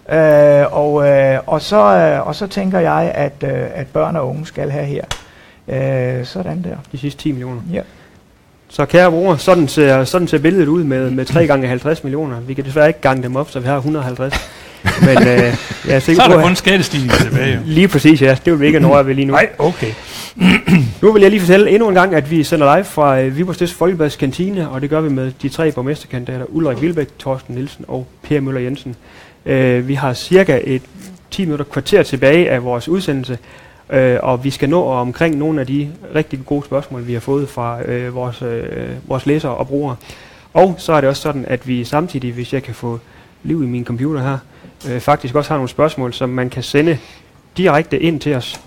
Og så tænker jeg, at børn og unge skal have her. Sådan der. De sidste 10 millioner. Ja. Så kære bror, sådan ser billedet ud med 3 gange 50 millioner. Vi kan desværre ikke gange dem op, så vi har 150. Men jeg er sikker så er der kun skattestigning tilbage. Lige præcis, ja. Det vil vi ikke nå ved lige nu. Nej, okay. Nu vil jeg lige fortælle endnu en gang, at vi sender live fra Viborg Stifts Folkeblads kantine, og det gør vi med de 3 borgmesterkandidater, Ulrik Wilbæk, Torsten Nielsen og Per Møller Jensen. Vi har cirka et 10 minutter kvarter tilbage af vores udsendelse, og vi skal nå omkring nogle af de rigtig gode spørgsmål, vi har fået fra vores læsere og brugere. Og så er det også sådan, at vi samtidig, hvis jeg kan få liv i min computer her, faktisk også har nogle spørgsmål, som man kan sende direkte ind til os.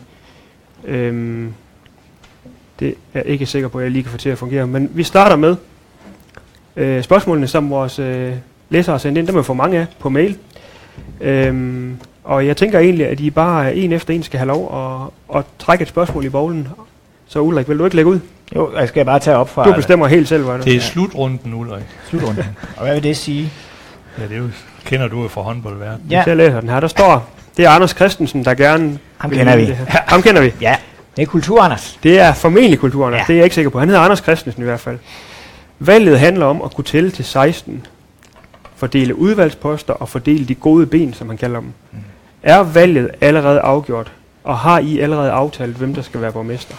Det er jeg ikke sikker på, at jeg lige kan få til at fungere. Men vi starter med spørgsmålene, som vores læsere har sendt ind. Dem er for mange af på mail. Og jeg tænker egentlig, at I bare en efter en skal have lov at trække et spørgsmål i bowlen. Så Ulrik, vil du ikke lægge ud? Jo, jeg skal bare tage op fra... Du bestemmer helt selv, hvad det er slutrunden, Ulrik. Slutrunden. Og hvad vil det sige? Ja, det er jo, kender du jo fra håndboldverdenen. Ja. Jeg læser den her. Der står, det er Anders Christensen, der gerne... Ham kender vi. Ham kender vi. Ja, det er Kultur-Anders. Det er formentlig Kultur-Anders. Ja. Det er jeg ikke sikker på. Han hedder Anders Christensen i hvert fald. Valget handler om at kunne tælle til 16, fordele udvalgsposter og fordele de gode ben, som han kalder dem. Er valget allerede afgjort, og har I allerede aftalt, hvem der skal være borgmester?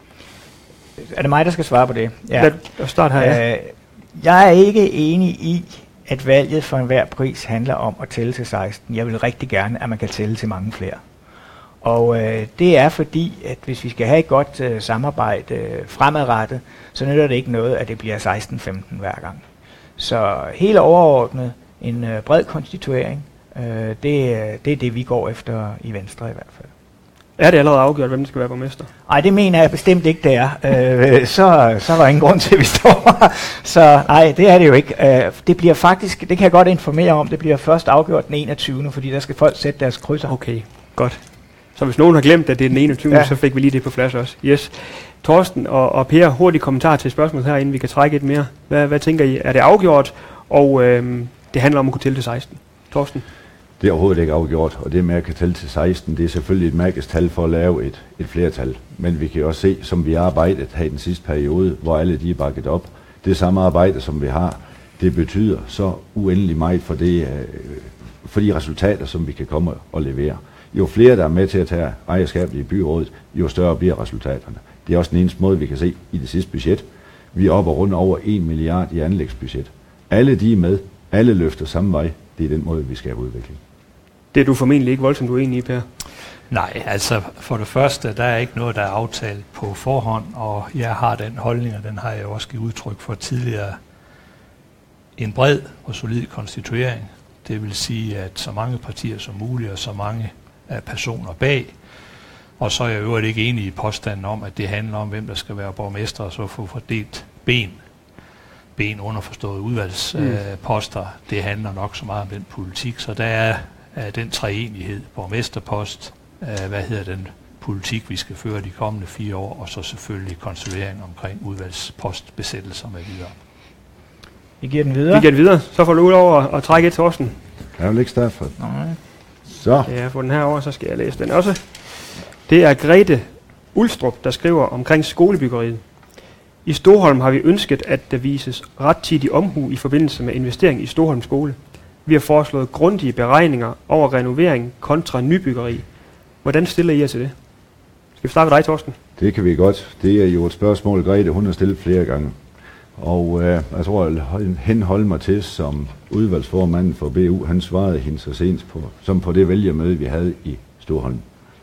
Er det mig, der skal svare på det? Ja. Lad os starte her. Ja. Jeg er ikke enig i, at valget for enhver pris handler om at tælle til 16. Jeg vil rigtig gerne, at man kan tælle til mange flere. Og det er fordi, at hvis vi skal have et godt samarbejde fremadrettet, så nytter det ikke noget, at det bliver 16-15 hver gang. Så helt overordnet en bred konstituering, det er det, vi går efter i Venstre i hvert fald. Er det allerede afgjort, hvem der skal være borgmester? Nej, det mener jeg bestemt ikke, det er. Så er der ingen grund til, at vi står her. Så nej, det er det jo ikke. Det bliver faktisk, det kan jeg godt informere om, det bliver først afgjort den 21. Fordi der skal folk sætte deres krydser. Okay, godt. Så hvis nogen har glemt, at det er den 21. Ja. Så fik vi lige det på plads også. Yes. Torsten og Per, hurtig kommentar til spørgsmålet her, inden vi kan trække et mere. Hvad tænker I? Er det afgjort, og det handler om at kunne tælle til 16? Torsten? Det er overhovedet ikke afgjort, og det med at kan tælle til 16, det er selvfølgelig et magisk tal for at lave et flertal. Men vi kan også se, som vi har arbejdet her i den sidste periode, hvor alle de er bakket op. Det samarbejde, som vi har, det betyder så uendelig meget for de resultater, som vi kan komme og levere. Jo flere, der er med til at tage ejerskabet i byrådet, jo større bliver resultaterne. Det er også den eneste måde, vi kan se i det sidste budget. Vi er oppe og rundt over 1 milliard i anlægsbudget. Alle de er med, alle løfter samme vej. Det er den måde, vi skaber udvikling. Det er du formentlig ikke voldsomt uenig i, Per? Nej, altså for det første, der er ikke noget, der er aftalt på forhånd, og jeg har den holdning, og den har jeg også givet udtryk for tidligere. En bred og solid konstituering, det vil sige, at så mange partier som muligt, og så mange personer bag, og så er jeg øvrigt ikke enig i påstanden om, at det handler om, hvem der skal være borgmester, og så få fordelt ben underforstået udvalgsposter. Det handler nok så meget om den politik, så der er den treenighed, borgmesterpost, den politik, vi skal føre de kommende 4 år, og så selvfølgelig konsolidering omkring udvalgspostbesættelser med videre. Vi giver den videre. Så får du ud over at trække et, Torsten. Jeg vil ikke starte for det. Nej. Så. Ja, for den her over, så skal jeg læse den også. Det er Grete Ulstrup, der skriver omkring skolebyggeriet. I Stoholm har vi ønsket, at der vises rettidig omhu i forbindelse med investering i Stoholm skole. Vi har foreslået grundige beregninger over renovering kontra nybyggeri. Hvordan stiller I jer til det? Skal vi starte med dig, Torsten? Det kan vi godt. Det er jo et spørgsmål, Grete, hun har stillet flere gange. Og jeg tror, at henholde mig til som udvalgsformanden for BU, han svarede hende så sent som på det vælgermøde, vi havde i Stoholm.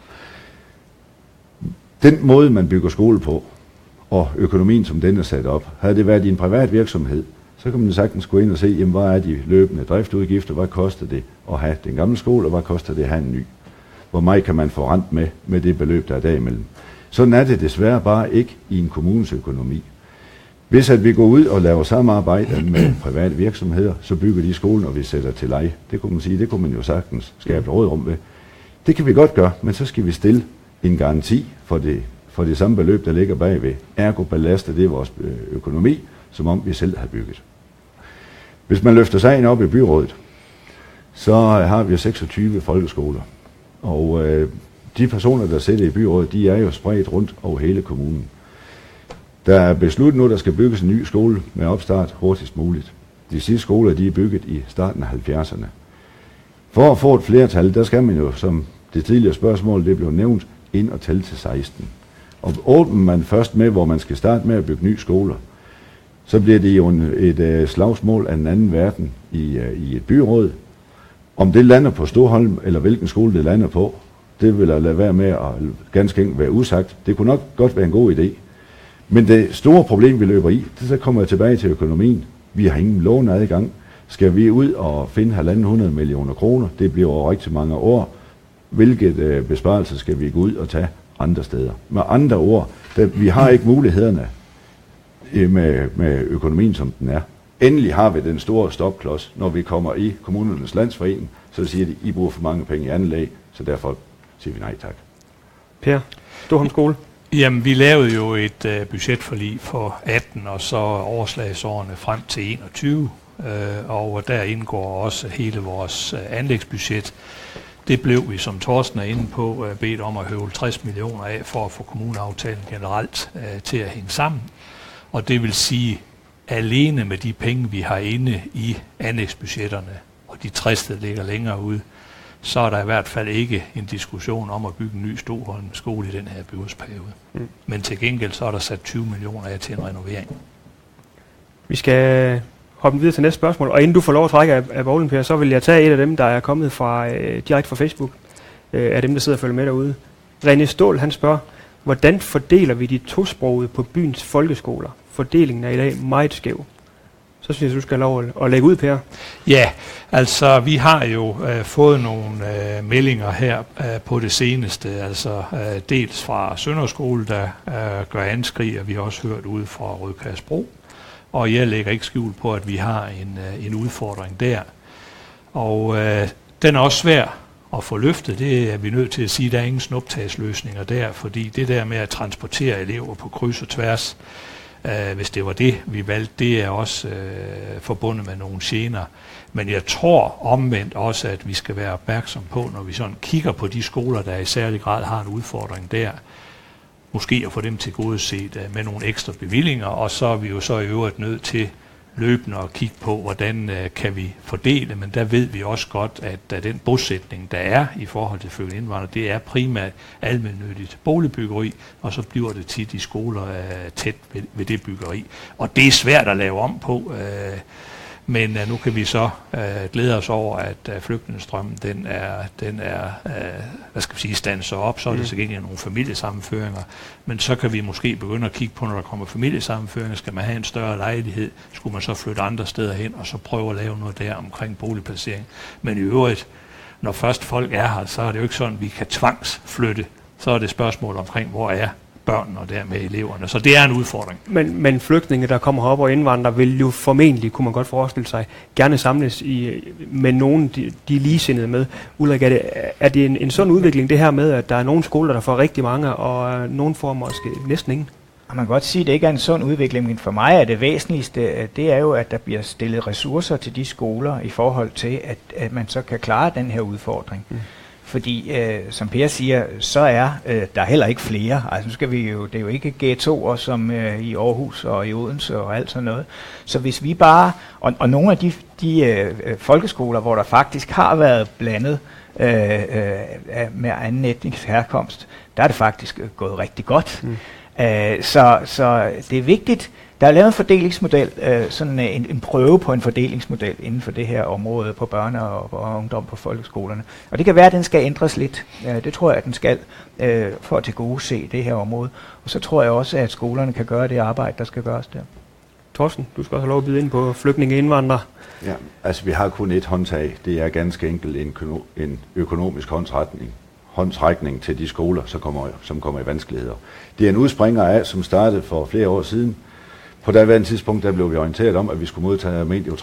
Den måde, man bygger skole på, og økonomien, som den er sat op, havde det været i en privat virksomhed, så kan man sagtens gå ind og se, jamen, hvad er de løbende driftudgifter, hvad koster det at have den gamle skole, og hvad koster det at have en ny? Hvor meget kan man få rent med det beløb, der er derimellem? Sådan er det desværre bare ikke i en kommunes økonomi. Hvis at vi går ud og laver samarbejde med private virksomheder, så bygger de skolen, og vi sætter til leje. Det kunne man sige, det kunne man jo sagtens skabe rådrum ved. Det kan vi godt gøre, men så skal vi stille en garanti for det samme beløb, der ligger bagved. Ergo belaster det vores økonomi, som om vi selv har bygget. Hvis man løfter sagen op i byrådet, så har vi 26 folkeskoler. Og de personer, der sidder i byrådet, de er jo spredt rundt over hele kommunen. Der er besluttet nu, der skal bygges en ny skole med opstart hurtigst muligt. De sidste skoler, de er bygget i starten af 70'erne. For at få et flertal, der skal man jo, som det tidligere spørgsmål, det blev nævnt, ind og tælle til 16. Og åbner man først med, hvor man skal starte med at bygge nye skoler, så bliver det jo et slagsmål af en anden verden i et byråd. Om det lander på Stoholm, eller hvilken skole det lander på, det vil jeg lade være med at ganske enkelt være usagt. Det kunne nok godt være en god idé. Men det store problem, vi løber i, det så kommer jeg tilbage til økonomien. Vi har ingen låneadgang. Skal vi ud og finde 1.500 millioner kroner, det bliver over rigtig mange år. Hvilket besparelser skal vi gå ud og tage andre steder? Med andre ord, vi har ikke mulighederne med økonomien, som den er. Endelig har vi den store stopklods, når vi kommer i kommunernes landsforening, så siger de, I bruger for mange penge i anlæg, så derfor siger vi nej tak. Per, Stoholm skole. Jamen, vi lavede jo et budgetforlig for 18 og så overslagsårene frem til 21, og der indgår også hele vores anlægsbudget. Det blev vi, som Torsten er inde på, bedt om at høvle 60 millioner af for at få kommuneaftalen generelt til at hænge sammen. Og det vil sige, alene med de penge, vi har inde i anlægsbudgetterne, og de 60, der ligger længere ude, så er der i hvert fald ikke en diskussion om at bygge en ny Stoholm skole i den her byrådsperiode. Men til gengæld så er der sat 20 millioner af til en renovering. Vi skal hoppe videre til næste spørgsmål, og inden du får lov at trække af bolden, Per, så vil jeg tage et af dem, der er kommet direkte fra Facebook, af dem, der sidder og følger med derude. René Ståhl, han spørger, hvordan fordeler vi de tosprogede på byens folkeskoler? Fordelingen er i dag meget skæv. Så synes jeg, du skal have lov at lægge ud, Per. Ja, altså vi har jo fået nogle meldinger her på det seneste, altså dels fra Sønderskole, der gør anskrig, og vi har også hørt ude fra Rødkærsbro. Og jeg lægger ikke skjul på, at vi har en udfordring der. Og den er også svær at få løftet, det er vi nødt til at sige, der er ingen snuptagsløsninger der, fordi det der med at transportere elever på kryds og tværs, hvis det var det, vi valgte, det er også forbundet med nogle gener. Men jeg tror omvendt også, at vi skal være opmærksom på, når vi sådan kigger på de skoler, der i særlig grad har en udfordring der, måske at få dem til godeset med nogle ekstra bevillinger, og så er vi jo så i øvrigt nødt til løbende at kigge på, hvordan kan vi fordele, men der ved vi også godt, at den bosætning, der er i forhold til flygtninge indvandrere, det er primært almennyttigt boligbyggeri, og så bliver det tit i skoler tæt ved det byggeri. Og det er svært at lave om på, men nu kan vi så glæde os over, at flygtningestrømmen, den er hvad skal vi sige, standser op, så er det så gengæld nogle familiesammenføringer, men så kan vi måske begynde at kigge på, når der kommer familiesammenføringer, skal man have en større lejlighed, skulle man så flytte andre steder hen, og så prøve at lave noget der omkring boligplacering. Men i øvrigt, når først folk er her, så er det jo ikke sådan, at vi kan tvangsflytte, så er det spørgsmål omkring, hvor er børnene og dermed eleverne. Så det er en udfordring. Men flygtninge, der kommer herop og indvandrere, vil jo formentlig, kunne man godt forestille sig, gerne samles med nogen, de ligesindede med. Ulrik, er det en sådan udvikling, det her med, at der er nogle skoler, der får rigtig mange, og nogen får måske næsten ingen? Man kan godt sige, at det ikke er en sådan udvikling, men for mig er det væsentligste, det er jo, at der bliver stillet ressourcer til de skoler i forhold til, at man så kan klare den her udfordring. Fordi, som Per siger, så er der heller ikke flere. Altså nu skal vi jo, det er jo ikke ghettoer som i Aarhus og i Odense og alt sådan noget. Så hvis vi bare, og nogle af de folkeskoler, hvor der faktisk har været blandet med anden etnisk herkomst, der er det faktisk gået rigtig godt. Så det er vigtigt. Der er lavet en fordelingsmodel, sådan en prøve på en fordelingsmodel inden for det her område på børne- og ungdom på folkeskolerne. Og det kan være, at den skal ændres lidt. Det tror jeg, at den skal, for at tilgodese det her område. Og så tror jeg også, at skolerne kan gøre det arbejde, der skal gøres der. Torsten, du skal også have lov at byde ind på flygtninge og indvandrere. Ja, altså vi har kun et håndtag. Det er ganske enkelt en økonomisk håndsrækning til de skoler, som kommer i vanskeligheder. Det er en udspringer af, som startede for flere år siden. På daværende tidspunkt der blev vi orienteret om, at vi skulle modtage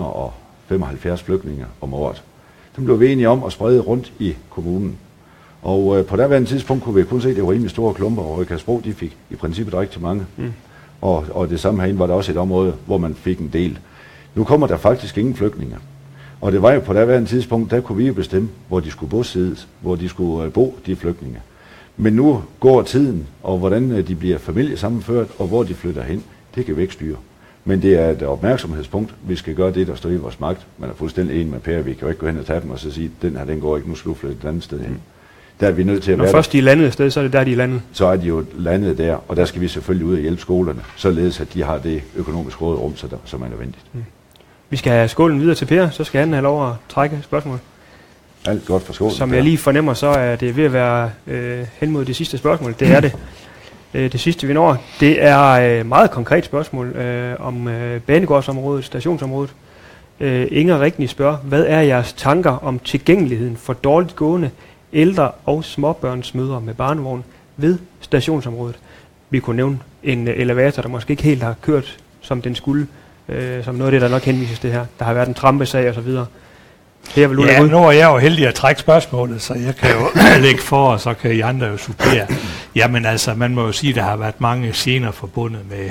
375 flygtninge om året. Dem blev vi enige om at sprede rundt i kommunen. Og på daværende tidspunkt kunne vi kun se, at det var rimelig store klumper, og Rødkærsbro, de fik i princippet rigtig mange. Og det samme herinde var der også et område, hvor man fik en del. Nu kommer der faktisk ingen flygtninge. Og det var jo på daværende tidspunkt, der kunne vi jo bestemme, hvor de skulle bosættes, hvor de skulle bo, de flygtninge. Men nu går tiden, og hvordan de bliver familiesammenført, og hvor de flytter hen, det kan vi ikke styre. Men det er et opmærksomhedspunkt. Vi skal gøre det, der står i vores magt. Man er fuldstændig enig med Per. Vi kan jo ikke gå hen og tage dem og så sige, den går ikke, nu skal du flytte et andet sted hen. Der er vi nødt til at være. Når først de er landet et sted, så er det der, de er landet. Så er de jo landet der, og der skal vi selvfølgelig ud og hjælpe skolerne, således at de har det økonomiske råderum, som er nødvendigt. Vi skal have skålen videre til Per, så skal han have lov at trække spørgsmål. Alt godt for skålen. Som jeg lige fornemmer, så er det ved at være hen mod det sidste spørgsmål. Det er det. Det sidste vi når, det er meget konkret spørgsmål om banegårdsområdet, stationsområdet. Inger Rigni spørger, hvad er jeres tanker om tilgængeligheden for dårligt gående, ældre og småbørnsmødre med barnevogn ved stationsområdet? Vi kunne nævne en elevator, der måske ikke helt har kørt, som den skulle, som noget af det, der nok henvises det her. Der har været en trampesag og så videre. Ja, nu er jeg jo heldig at trække spørgsmålet, så jeg kan jo lægge for, og så kan I andre jo supplere. Jamen altså, man må jo sige, at der har været mange gener forbundet med,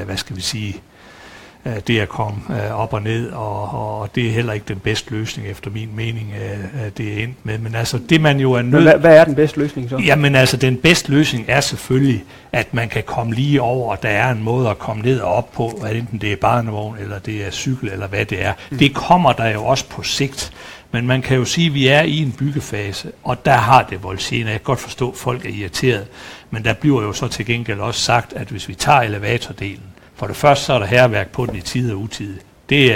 det at komme op og ned, og det er heller ikke den bedste løsning, efter min mening, det er endt med. Men altså, det man jo er nødt... Hvad er den bedste løsning så? Jamen altså, den bedste løsning er selvfølgelig, at man kan komme lige over, og der er en måde at komme ned og op på, at enten det er barnevogn, eller det er cykel, eller hvad det er. Det kommer der jo også på sigt. Men man kan jo sige, at vi er i en byggefase, og der har det voldsener. Jeg kan godt forstå, at folk er irriteret, men der bliver jo så til gengæld også sagt, at hvis vi tager elevatordelen, for det første så er der hærværk på den i tide og utide. Det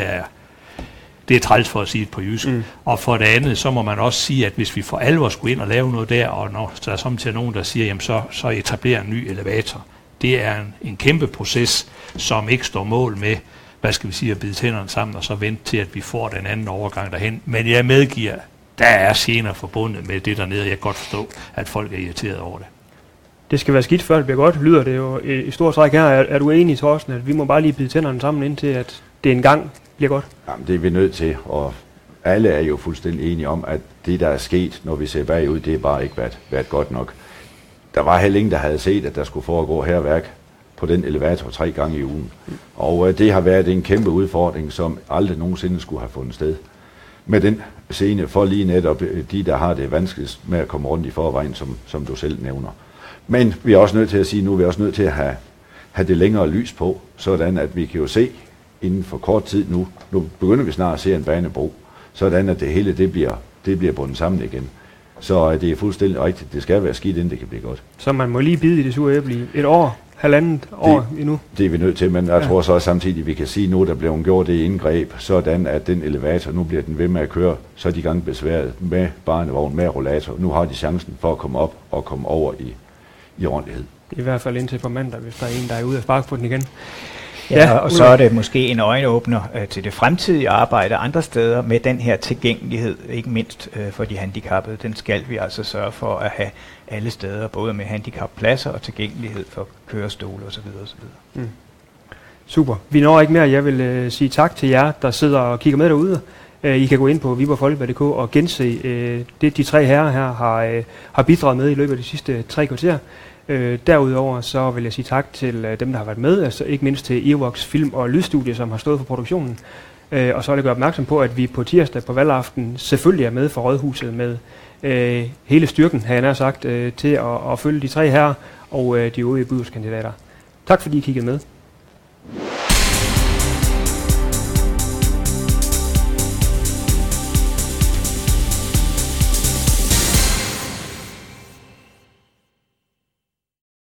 er træls for at sige det på jysk. Og for det andet, så må man også sige, at hvis vi for alvor skulle ind og lave noget der, og når der er samtidig nogen, der siger, jamen så etablerer en ny elevator. Det er en kæmpe proces, som ikke står mål med, at bide tænderne sammen og så vente til, at vi får den anden overgang derhen. Men jeg medgiver, der er gener forbundet med det dernede. Jeg kan godt forstå, at folk er irriteret over det. Det skal være skidt, før det bliver godt, lyder det jo i stort træk her. Er du enig, Torsten, at vi må bare lige bide tænderne sammen, indtil at det engang bliver godt? Jamen, det er vi nødt til, og alle er jo fuldstændig enige om, at det, der er sket, når vi ser bagud, det er bare ikke været godt nok. Der var heller ingen, der havde set, at der skulle foregå hærværk på den elevator 3 gange i ugen. Og det har været en kæmpe udfordring, som aldrig nogensinde skulle have fundet sted. Med den scene for lige netop de, der har det vanskeligst med at komme rundt i forvejen, som du selv nævner. Men vi er også nødt til at sige, nu er vi også nødt til at have det længere lys på, sådan at vi kan jo se inden for kort tid nu begynder vi snart at se en banebro, sådan at det hele det bliver bundet sammen igen. Så det er fuldstændig rigtigt, det skal være skidt, inden det kan blive godt. Så man må lige bide i det sure æble i et år, halvandet år endnu? Det er vi nødt til, men jeg tror så også samtidig, at vi kan sige nu, der bliver gjort det indgreb, sådan at den elevator, nu bliver den ved med at køre, så er de gang besværet med barnevogn, med rollator. Nu har de chancen for at komme op og komme over i ordentlighed. I hvert fald indtil på mandag, hvis der er en, der er ude af sparke på den igen. Ja, og så er det måske en øjenåbner til det fremtidige arbejde andre steder med den her tilgængelighed, ikke mindst for de handicappede. Den skal vi altså sørge for at have alle steder, både med handicappladser og tilgængelighed for kørestole osv. osv. Super. Vi når ikke mere. Jeg vil sige tak til jer, der sidder og kigger med derude. I kan gå ind på viborgfolkeblad.dk og gense det, de tre herrer her har bidraget med i løbet af de sidste 3 kvarter. Derudover så vil jeg sige tak til dem, der har været med, altså ikke mindst til Evox Film- og Lydstudie, som har stået for produktionen. Og så vil jeg gøre opmærksom på, at vi på tirsdag på valgaften selvfølgelig er med for Rådhuset med hele styrken, har jeg nær sagt, til at følge de 3 herrer og de øvrige byrådskandidater. Tak fordi I kiggede med.